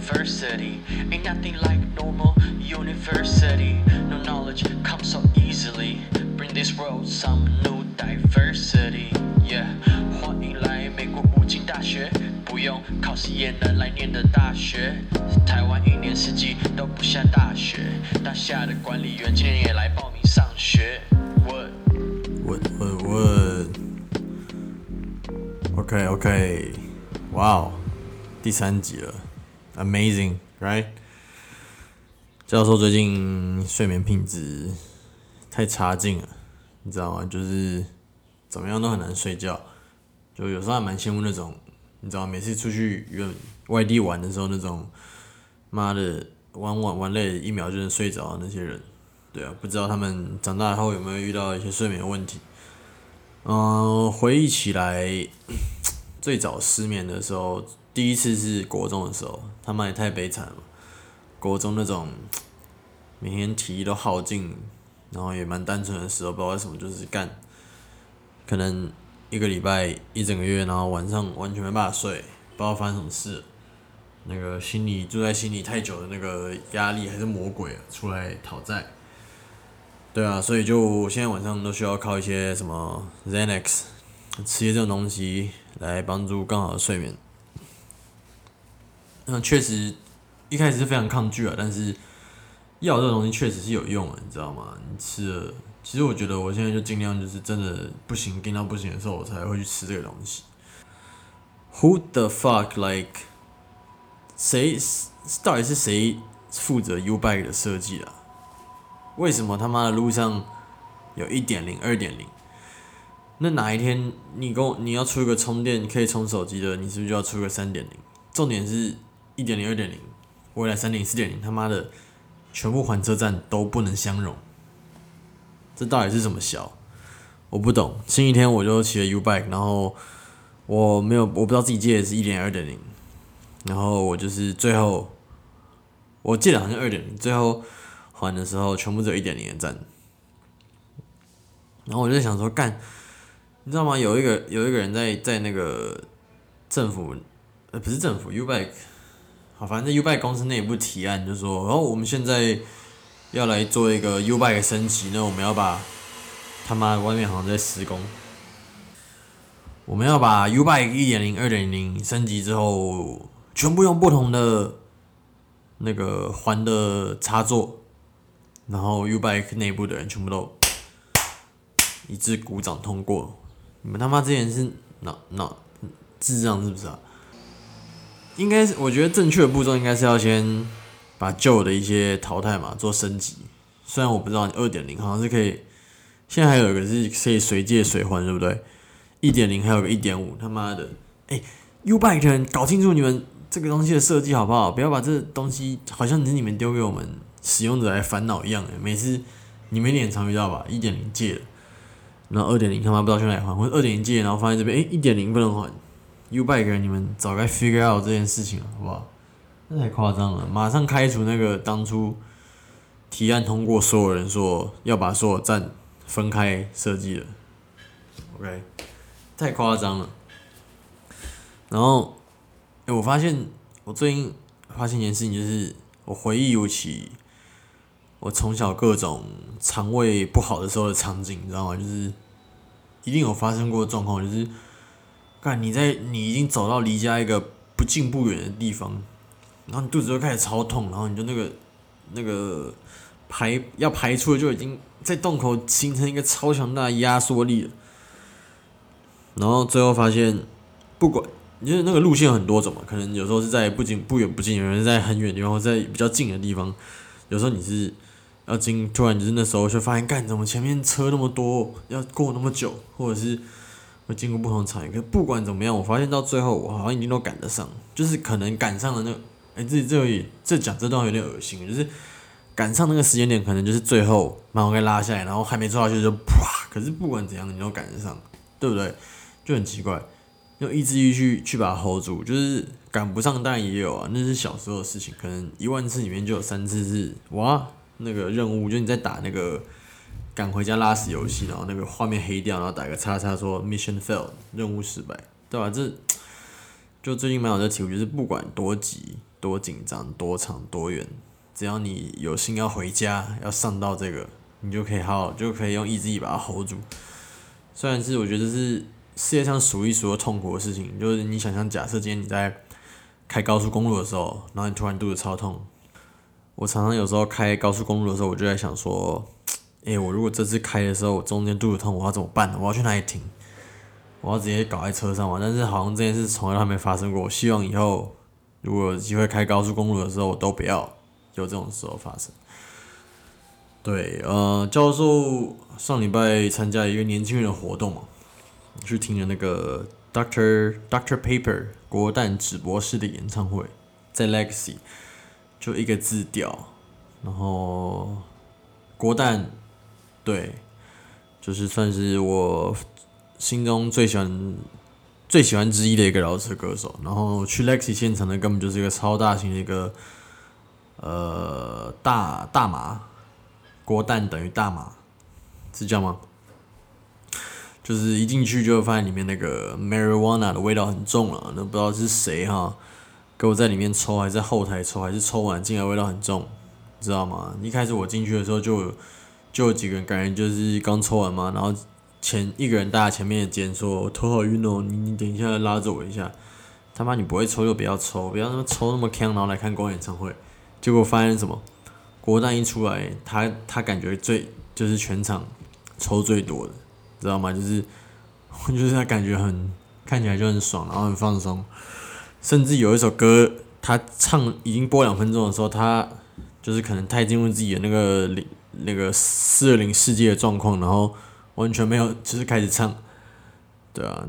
University. Ain't nothing like normal university. No knowledge comes so easily. Bring this world some new diversity. Yeah, 欢迎来美国五金大学，不用考试也能来念的大学。台湾一年四季都不下大雪，大厦的管理员今年也来报名上学。 OK， 哇哦，第3集了 ，Amazing， right？ 教授最近睡眠品质太差劲了，你知道吗？就是怎么样都很难睡觉，就有时候还蛮羡慕那种，你知道，每次出去外地玩的时候，那种妈的玩累1秒就能睡着的那些人，对啊，不知道他们长大后有没有遇到一些睡眠问题。回忆起来，最早失眠的时候，第一次是国中的时候，他妈也太悲惨了。国中那种每天体力都耗尽，然后也蛮单纯的时候，不知道为什么就是干，可能1个礼拜1整个月，然后晚上完全没办法睡，不知道发生什么事。那个住在心里太久的那个压力还是魔鬼出来讨债。对啊，所以就现在晚上都需要靠一些什么 Xanax 吃些这种东西来帮助更好的睡眠。确实一开始是非常抗拒但是药这种东西确实是有用的，你知道吗？你吃了，其实我觉得我现在就尽量就是真的不行，跟到不行的时候，我才会去吃这个东西。Who the fuck like 到底是谁负责 U-Bike 的设计啊？为什么他妈的路上有 1.0 2.0？ 那哪一天你要出一个充电可以充手机的，你是不是就要出一个 3.0？ 重点是 1.0 2.0， 未来 3.0 4.0 他妈的全部环车站都不能相容，这到底是什么小？我不懂。前几天我就骑了 U-Bike， 然后我不知道自己借的是 1.0 2.0， 然后我就是最后我借的好像 2.0， 最后还的时候全部只有 1.0 的站，然后我就想说干，你知道吗？有一个人在那个政府不是政府 U-Bike， 好，反正在 U-Bike 公司内部提案，就说，我们现在要来做一个 U-Bike 升级，那我们要把他妈外面好像在施工，我们要把 U-Bike 1.0 2.0 升级之后，全部用不同的那个环的插座。然后 U-Bike 内部的人全部都一致鼓掌通过。你们他妈之前是智障是不是啊？应该是，我觉得正确的步骤应该是要先把旧的一些淘汰嘛，做升级。虽然我不知道你 2.0 好像是可以，现在还有一个是可以随借随还，对不对？ 1.0 还有个 1.5， 他妈的，U-Bike 的人搞清楚你们这个东西的设计好不好？不要把这东西好像是你们丢给我们使用者来烦恼一样的，每次你们也很常遇到吧？1.0 借了，然后 2.0 他妈不知道去哪里还，或者 2.0 借然后放在这边，1.0 不能还。U-Bike 人你们早该 figure out 这件事情了，好不好？那太夸张了，马上开除那个当初提案通过所有人说要把所有站分开设计的 ，OK， 太夸张了。然后，我最近发现一件事情，就是我回忆起我从小各种肠胃不好的时候的场景，你知道吗？就是一定有发生过的状况，就是你已经走到离家一个不近不远的地方，然后你肚子就开始超痛，然后你就那个要排出的就已经在洞口形成一个超强大的压缩力了，然后最后发现不管。就是那个路线有很多种嘛，可能有时候是在不远不近，有人在很远的地方，或在比较近的地方。有时候你是要突然就是那时候就发现，怎么前面车那么多，要过那么久，或者是会经过不同的场景。可是不管怎么样，我发现到最后我好像一定都赶得上，就是可能赶上了那个，这讲这段有点恶心，就是赶上那个时间点，可能就是最后马上该拉下来，然后还没抓下去就啪。可是不管怎样，你都赶得上，对不对？就很奇怪。用意志力去把它 hold 住，就是赶不上当然也有啊，那是小时候的事情，可能10000次里面就有3次是那个任务，就你在打那个赶回家拉屎游戏，然后那个画面黑掉，然后打个叉叉说 mission failed 任务失败，对吧？这就最近蛮有这体会，就是不管多急， 多紧张、多长、多远，只要你有心要回家，要上到这个，你就可以用意志力把它 hold 住。虽然是我觉得是世界上数一数二痛苦的事情，就是你想象，假设今天你在开高速公路的时候，然后你突然肚子超痛。我常常有时候开高速公路的时候，我就在想说，我如果这次开的时候我中间肚子痛，我要怎么办呢？我要去哪里停？我要直接搞在车上嘛？但是好像这件事从来都还没发生过。我希望以后如果有机会开高速公路的时候，我都不要有这种时候发生。对，教授上礼拜参加一个年轻人的活动嘛，去听了那个 Dr. Paper 国蛋纸博士的演唱会，在 Legacy， 就一个字屌，然后国蛋，对，就是算是我心中最喜欢之一的一个饶舌歌手，然后去 Legacy 现场的根本就是一个超大型的一个大麻。国蛋等于大麻，是这样吗？就是一进去就发现里面那个 marijuana 的味道很重了，那不知道是谁哈，给我在里面抽，还是在后台抽，还是抽完进来味道很重，知道吗？一开始我进去的时候就有几个人感觉就是刚抽完嘛，然后一个人搭在前面的肩说：“我头好晕哦，你等一下拉着我一下。”他妈你不会抽就不要抽，不要那么抽那么强，然后来看公演唱会。结果发现什么？国蛋一出来，他感觉就是全场抽最多的，知道吗？就是他感觉看起来就很爽，然后很放松。甚至有一首歌，他唱已经播2分钟的时候，他就是可能太进入自己的那个420世界的状况，然后完全没有就是开始唱，对啊，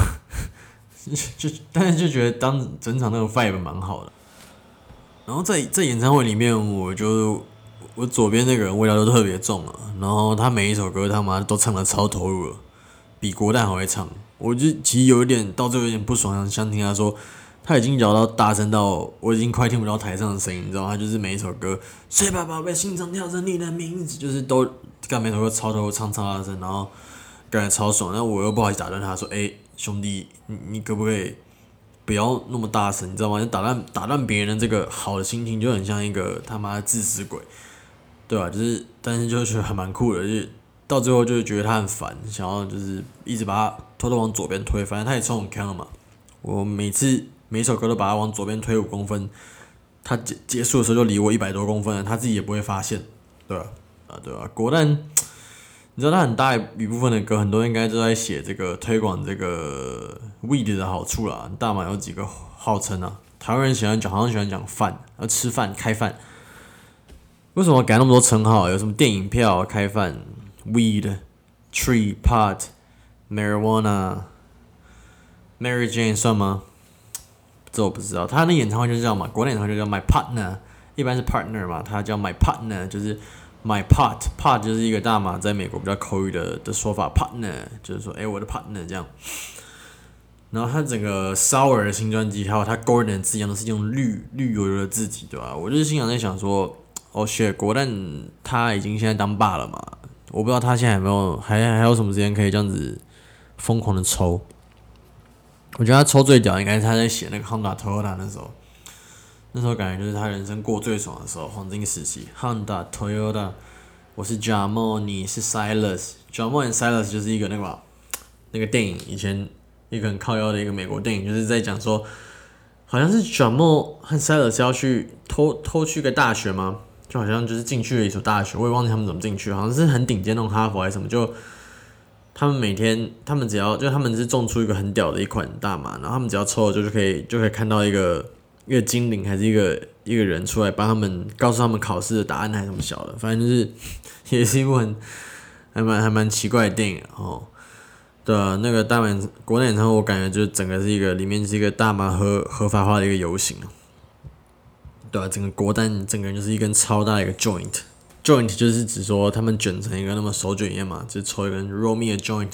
但是就觉得当整场那种 vibe 蛮好的。然后在演唱会里面，我左边那个人味道都特别重了，然后他每一首歌他妈都唱得超投入了，比国蛋还会唱。我就其实有一点到最后有点不爽，想听他说，他已经摇到大声到我已经快听不到台上的声音，你知道吗？他就是每一首歌，睡吧宝贝，心脏跳着你的名字，就是都干每首歌超投入唱大声，然后感觉超爽。那我又不好意思打断他说，兄弟，你可不可以？不要那么大声，你知道吗？打断别人的这个好的心情，就很像一个他妈的自私鬼，对吧？但是就觉得还蛮酷的，就是到最后就觉得他很烦，想要就是一直把他偷偷往左边推，反正他也抽很强了嘛。我每首歌都把他往左边推5公分，他结束的时候就离我100多公分了，他自己也不会发现，对吧？对吧？国蛋。你知道他很大一部分的歌，很多应该都在写这个推广这个 weed 的好处啦。大麻有几个号称啊，台湾人好像喜欢讲饭，吃饭开饭。为什么改那么多称号？有什么电影票、开饭、weed、tree、pot、marijuana、Mary Jane 算吗？这我不知道。他那演唱会就叫嘛，国内演唱会就叫 My Partner， 一般是 partner 嘛，他叫 My Partner， 就是。My pot 就是一个大麻，在美国比较口语的说法 ，partner 就是说，我的 partner 这样。然后他整个 Sour 的新专辑，还有他 Gordon 的字样都是用绿油油的字体，对吧？我就是心想在想说，国蛋他已经现在当爸了嘛，我不知道他现在有没有还有什么时间可以这样子疯狂的抽。我觉得他抽最屌应该是他在写那个 Honda Toyota 那时候感觉就是他人生过最爽的时候，黄金时期。Honda Toyota， 我是 Jamo， 你是 Silas。Jamo and Silas 就是一个那个电影，以前一个很靠腰的一个美国电影，就是在讲说，好像是 Jamo 和 Silas 要去偷去个大学吗？就好像就是进去了一所大学，我也忘记他们怎么进去，好像是很顶尖那种哈佛还是什么，就他们每天，他们是种出一个很屌的一款大麻，然后他们只要抽了就可以看到一个精灵还是一个人出来帮他们告诉他们考试的答案还是什么小的，反正就是也是一部还蛮奇怪的电影哦。对啊，那个国内演唱会我感觉就整个是里面是一个大麻合法化的一个游行。对啊，整个国蛋整个人就是一根超大的一个 joint 就是指说他们卷成一个那么手卷烟嘛，就是抽一根 roll me a joint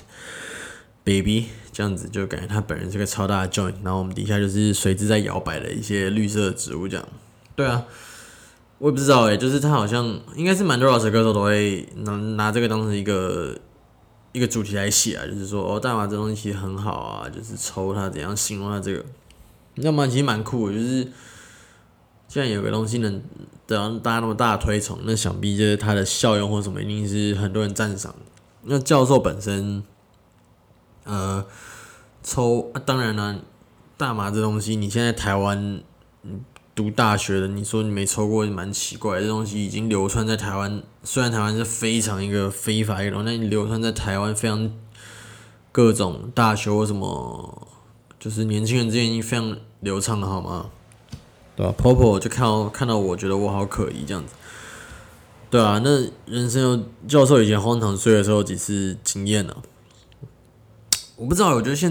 baby 这样子，就感觉他本人是个超大的 joint， 然后我们底下就是随之在摇摆的一些绿色的植物这样。对啊，我也不知道就是他好像应该是蛮多饶舌歌手都会拿这个当成一个主题来写啊，就是说大麻这东西其实很好啊，就是抽它怎样形容它这个，你知道吗？其实蛮酷的，就是既然有个东西能得到大家那么大的推崇，那想必就是它的效用或什么一定是很多人赞赏。那教授本身，当然啦，大麻这东西，你现在台湾读大学的，你说你没抽过，蛮奇怪的。这东西已经流传在台湾，虽然台湾是非常一个非法一个东西，但流传在台湾非常各种大学或什么，就是年轻人之间已经非常流畅了，好吗？对吧？Popo 就看到我觉得我好可疑这样子。对啊，那人生有教授以前荒唐睡的时候有几次经验啊？我不知道，我觉得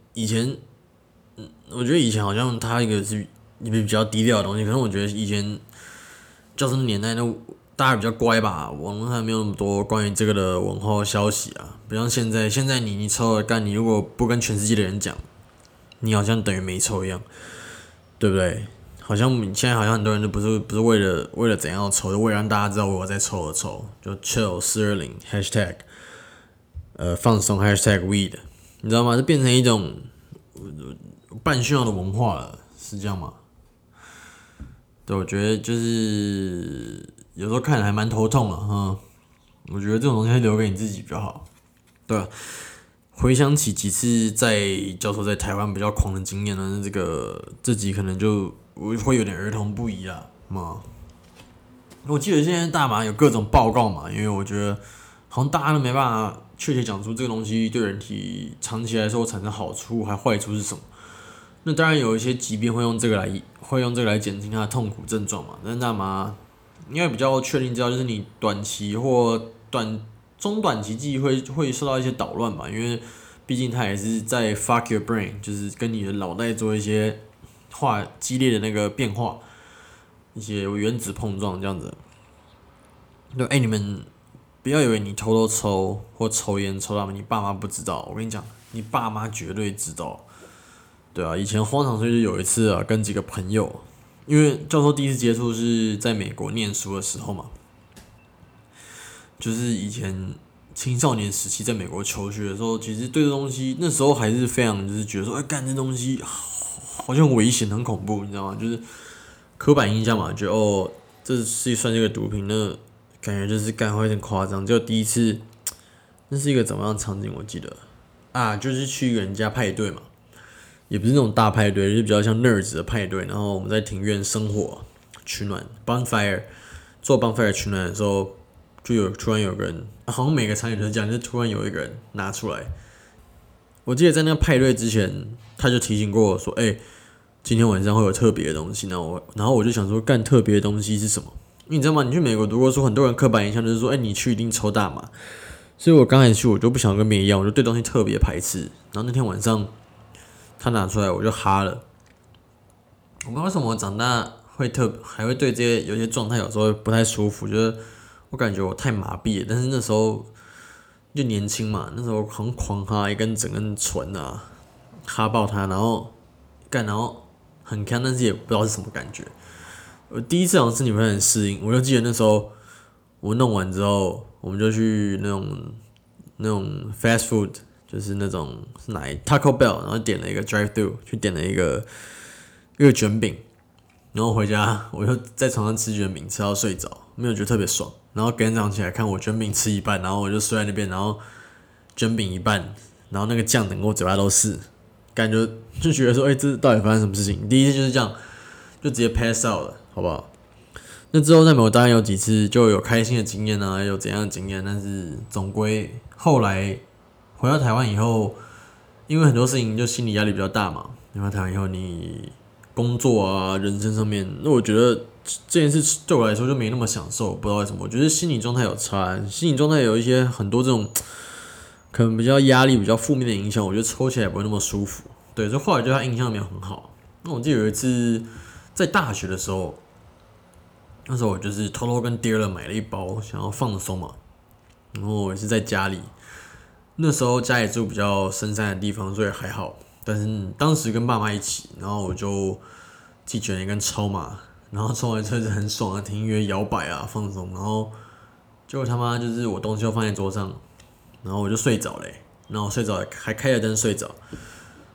我觉得以前好像他一个是比较低调的东西，可能我觉得以前教授的年代大家比较乖吧，网络上没有那么多关于这个的文化消息啊，不像现在，你抽了干，你如果不跟全世界的人讲，你好像等于没抽一样，对不对？现在好像很多人都不是为了怎样抽，就为了让大家知道我在抽而抽，就 chill 420 hashtag 放松 hashtag weed， 你知道吗？这变成一种半炫耀的文化了，是这样吗？对，我觉得就是有时候看还蛮头痛的哈。我觉得这种东西还留给你自己比较好，对吧？回想起几次教授在台湾比较狂的经验呢，这集可能就会有点儿童不宜啦嘛。我记得现在大麻有各种报告嘛，因为我觉得好像大家都没办法确切讲出这个东西对人体长期来说产生好处还坏处是什么。那当然有一些疾病会用这个来减轻它的痛苦症状嘛。但是大麻应该比较确定知道，就是你短期或中短期记忆会受到一些捣乱吧，因为毕竟它也是在 fuck your brain， 就是跟你的脑袋做一些激烈的那个变化，一些原子碰撞这样子。对，你们不要以为你偷偷抽或抽烟抽大麻，你爸妈不知道。我跟你讲，你爸妈绝对知道。对啊，以前荒唐岁就有一次啊，跟几个朋友，因为教授第一次接触是在美国念书的时候嘛，就是以前青少年时期在美国求学的时候，其实对这东西那时候还是非常就是觉得说，干这东西好像很危险、很恐怖，你知道吗？就是刻板印象嘛，觉得这是算是一个毒品，那感觉就是会有点夸张。就第一次，那是一个怎么样的场景？我记得啊，就是去人家派对嘛。也不是那种大派对，就是比较像 nerds 的派对。然后我们在庭院生火取暖 bonfire 做 bonfire 取暖的时候，突然有个人，好像每个场景都是这样，就突然有一个人拿出来。我记得在那个派对之前，他就提醒过我说：“今天晚上会有特别的东西。”然后我就想说，干特别的东西是什么？因为你知道吗？你去美国读过书，很多人刻板印象就是说，你去一定抽大麻。所以我刚开始去，我就不想跟别人一样，我就对东西特别排斥。然后那天晚上。他拿出来我就哈了，我不知道为什么我长大还会对这些有些状态有时候不太舒服，就是我感觉我太麻痹了，但是那时候就年轻嘛，那时候很狂哈整根唇啊，哈爆它，然后很干，但是也不知道是什么感觉。我第一次好像身体不太很适应，我就记得那时候我弄完之后，我们就去那种 fast food。就是那种是Taco Bell， 然后点了一个 drive through， 去点了一个卷饼，然后回家我就在床上吃卷饼，吃到睡着，没有觉得特别爽。然后隔天早上起来看我卷饼吃一半，然后我就睡在那边，然后卷饼一半，然后那个酱整个我嘴巴都是，感觉就觉得说，这到底发生什么事情？第一次就是这样，就直接 pass out 了，好不好？那之后在美国当然有几次就有开心的经验啊，有怎样的经验，但是总归后来。回到台湾以后，因为很多事情就心理压力比较大嘛。回到台湾以后，你工作啊、人生上面，那我觉得这件事对我来说就没那么享受，不知道为什么。我觉得心理状态有差，心理状态有一些很多这种可能比较压力、比较负面的影响，我觉得抽起来不会那么舒服。对，所以后来对他印象没有很好。那我记得有一次在大学的时候，那时候我就是偷偷跟 Dealer 买了一包，想要放松嘛。然后我也是在家里。那时候家里住比较深山的地方，所以还好。但是当时跟爸妈一起，然后我就自己卷了一根超麻，然后抽完车子很爽啊，听音乐摇摆啊，放松。然后结果他妈就是我东西都放在桌上，然后我就睡着嘞。然后我睡着还开着灯睡着，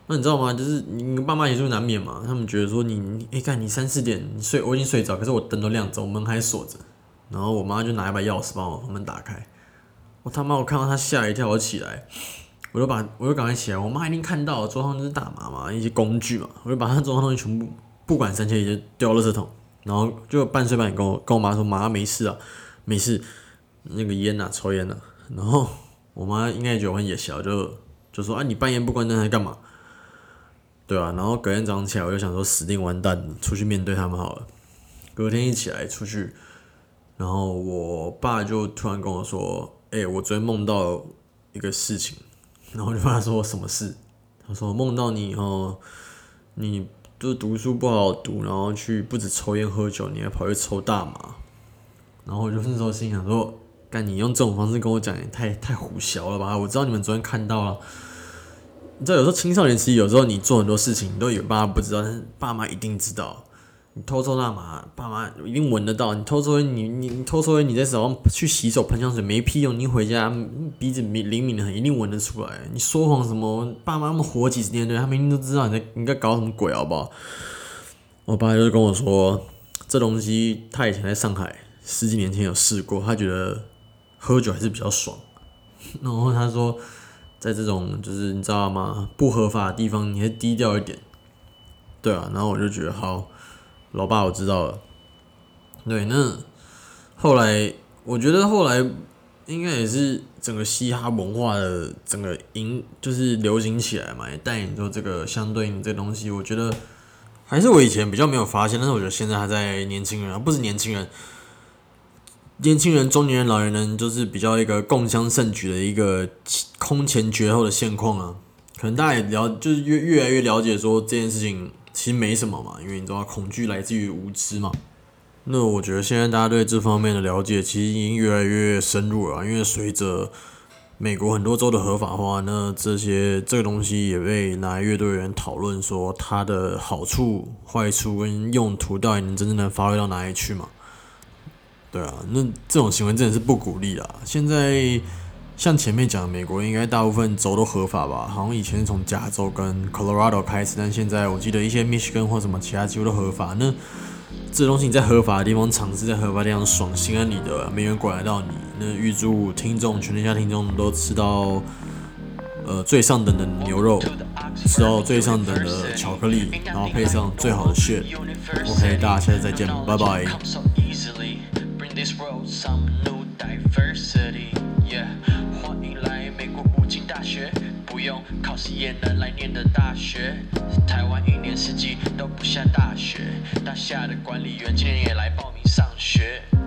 那你知道吗？就是你跟爸妈也是难免嘛，他们觉得说干你3、4点你睡，我已经睡着，可是我灯都亮着，我门还锁着，然后我妈就拿一把钥匙帮我把门打开。我他妈，我看到她吓一跳，我起来，我就赶快起来。我妈一定看到桌上就是大麻嘛，一些工具嘛，我就把她桌上东西全部不管3七二十一丢到垃圾桶，然后就半睡半醒跟我妈说：“妈，没事啊，没事，那个烟啊，抽烟啊。”然后我妈应该也觉得我很野小，就说：“啊，你半夜不关灯在干嘛？”对啊，然后隔天早上起来，我就想说死定完蛋，出去面对他们好了。隔天一起来出去，然后我爸就突然跟我说：“我昨天梦到一个事情。”然后我就问他说：“什么事？”他说：“梦到你你就是读书不好好读，然后不止抽烟喝酒，你还跑去抽大麻。”然后我就那时候心想说：“干，你用这种方式跟我讲，也太胡小了吧？我知道你们昨天看到了。”你知道有时候青少年其实有时候你做很多事情，你都以为爸妈不知道，但是爸妈一定知道。你偷抽大麻，爸妈一定闻得到。你偷抽烟，你偷抽烟，你在手上去洗手喷香水没屁用。你回家鼻子灵敏的很，一定闻得出来。你说谎什么？爸妈他们活几十年的，他们一定都知道你在搞什么鬼，好不好？我爸就跟我说，这东西他以前在上海10几年前有试过，他觉得喝酒还是比较爽。然后他说，在这种就是你知道吗，不合法的地方，你还低调一点。对啊，然后我就觉得好，老爸我知道了。对，那后来我觉得后来应该也是整个嘻哈文化的整个就是流行起来嘛，也带领着这个相对应这个东西。我觉得还是我以前比较没有发现，但是我觉得现在还在年轻人，不是年轻人。年轻人、中年人、老年人，就是比较一个共襄盛举的一个空前绝后的现况啊。可能大家也就是越来越了解说这件事情其实没什么嘛，因为你知道恐惧来自于无知嘛。那我觉得现在大家对这方面的了解其实已经越来越深入了，因为随着美国很多州的合法化，那这个东西也被拿来越多人讨论，说它的好处、坏处跟用途到底能真正的发挥到哪里去嘛？对啊，那这种行为真的是不鼓励啦。现在像前面讲的，美国应该大部分州都合法吧？好像以前是从加州跟 Colorado 开始，但现在我记得一些 Michigan 或什么其他几乎都合法。那这东西你在合法的地方尝试，在合法的地方爽，心安理得，没人管得到你。那预祝全天下听众都吃到最上等的牛肉，吃到最上等的巧克力，然后配上最好的 shit。OK， 大家下次再见，拜拜。 This world some new diversity, yeah. 欢迎来美国武警大学，不用考试也能来念的大学。台湾1年4季都不下大雪，大厦的管理员今年也来报名上学。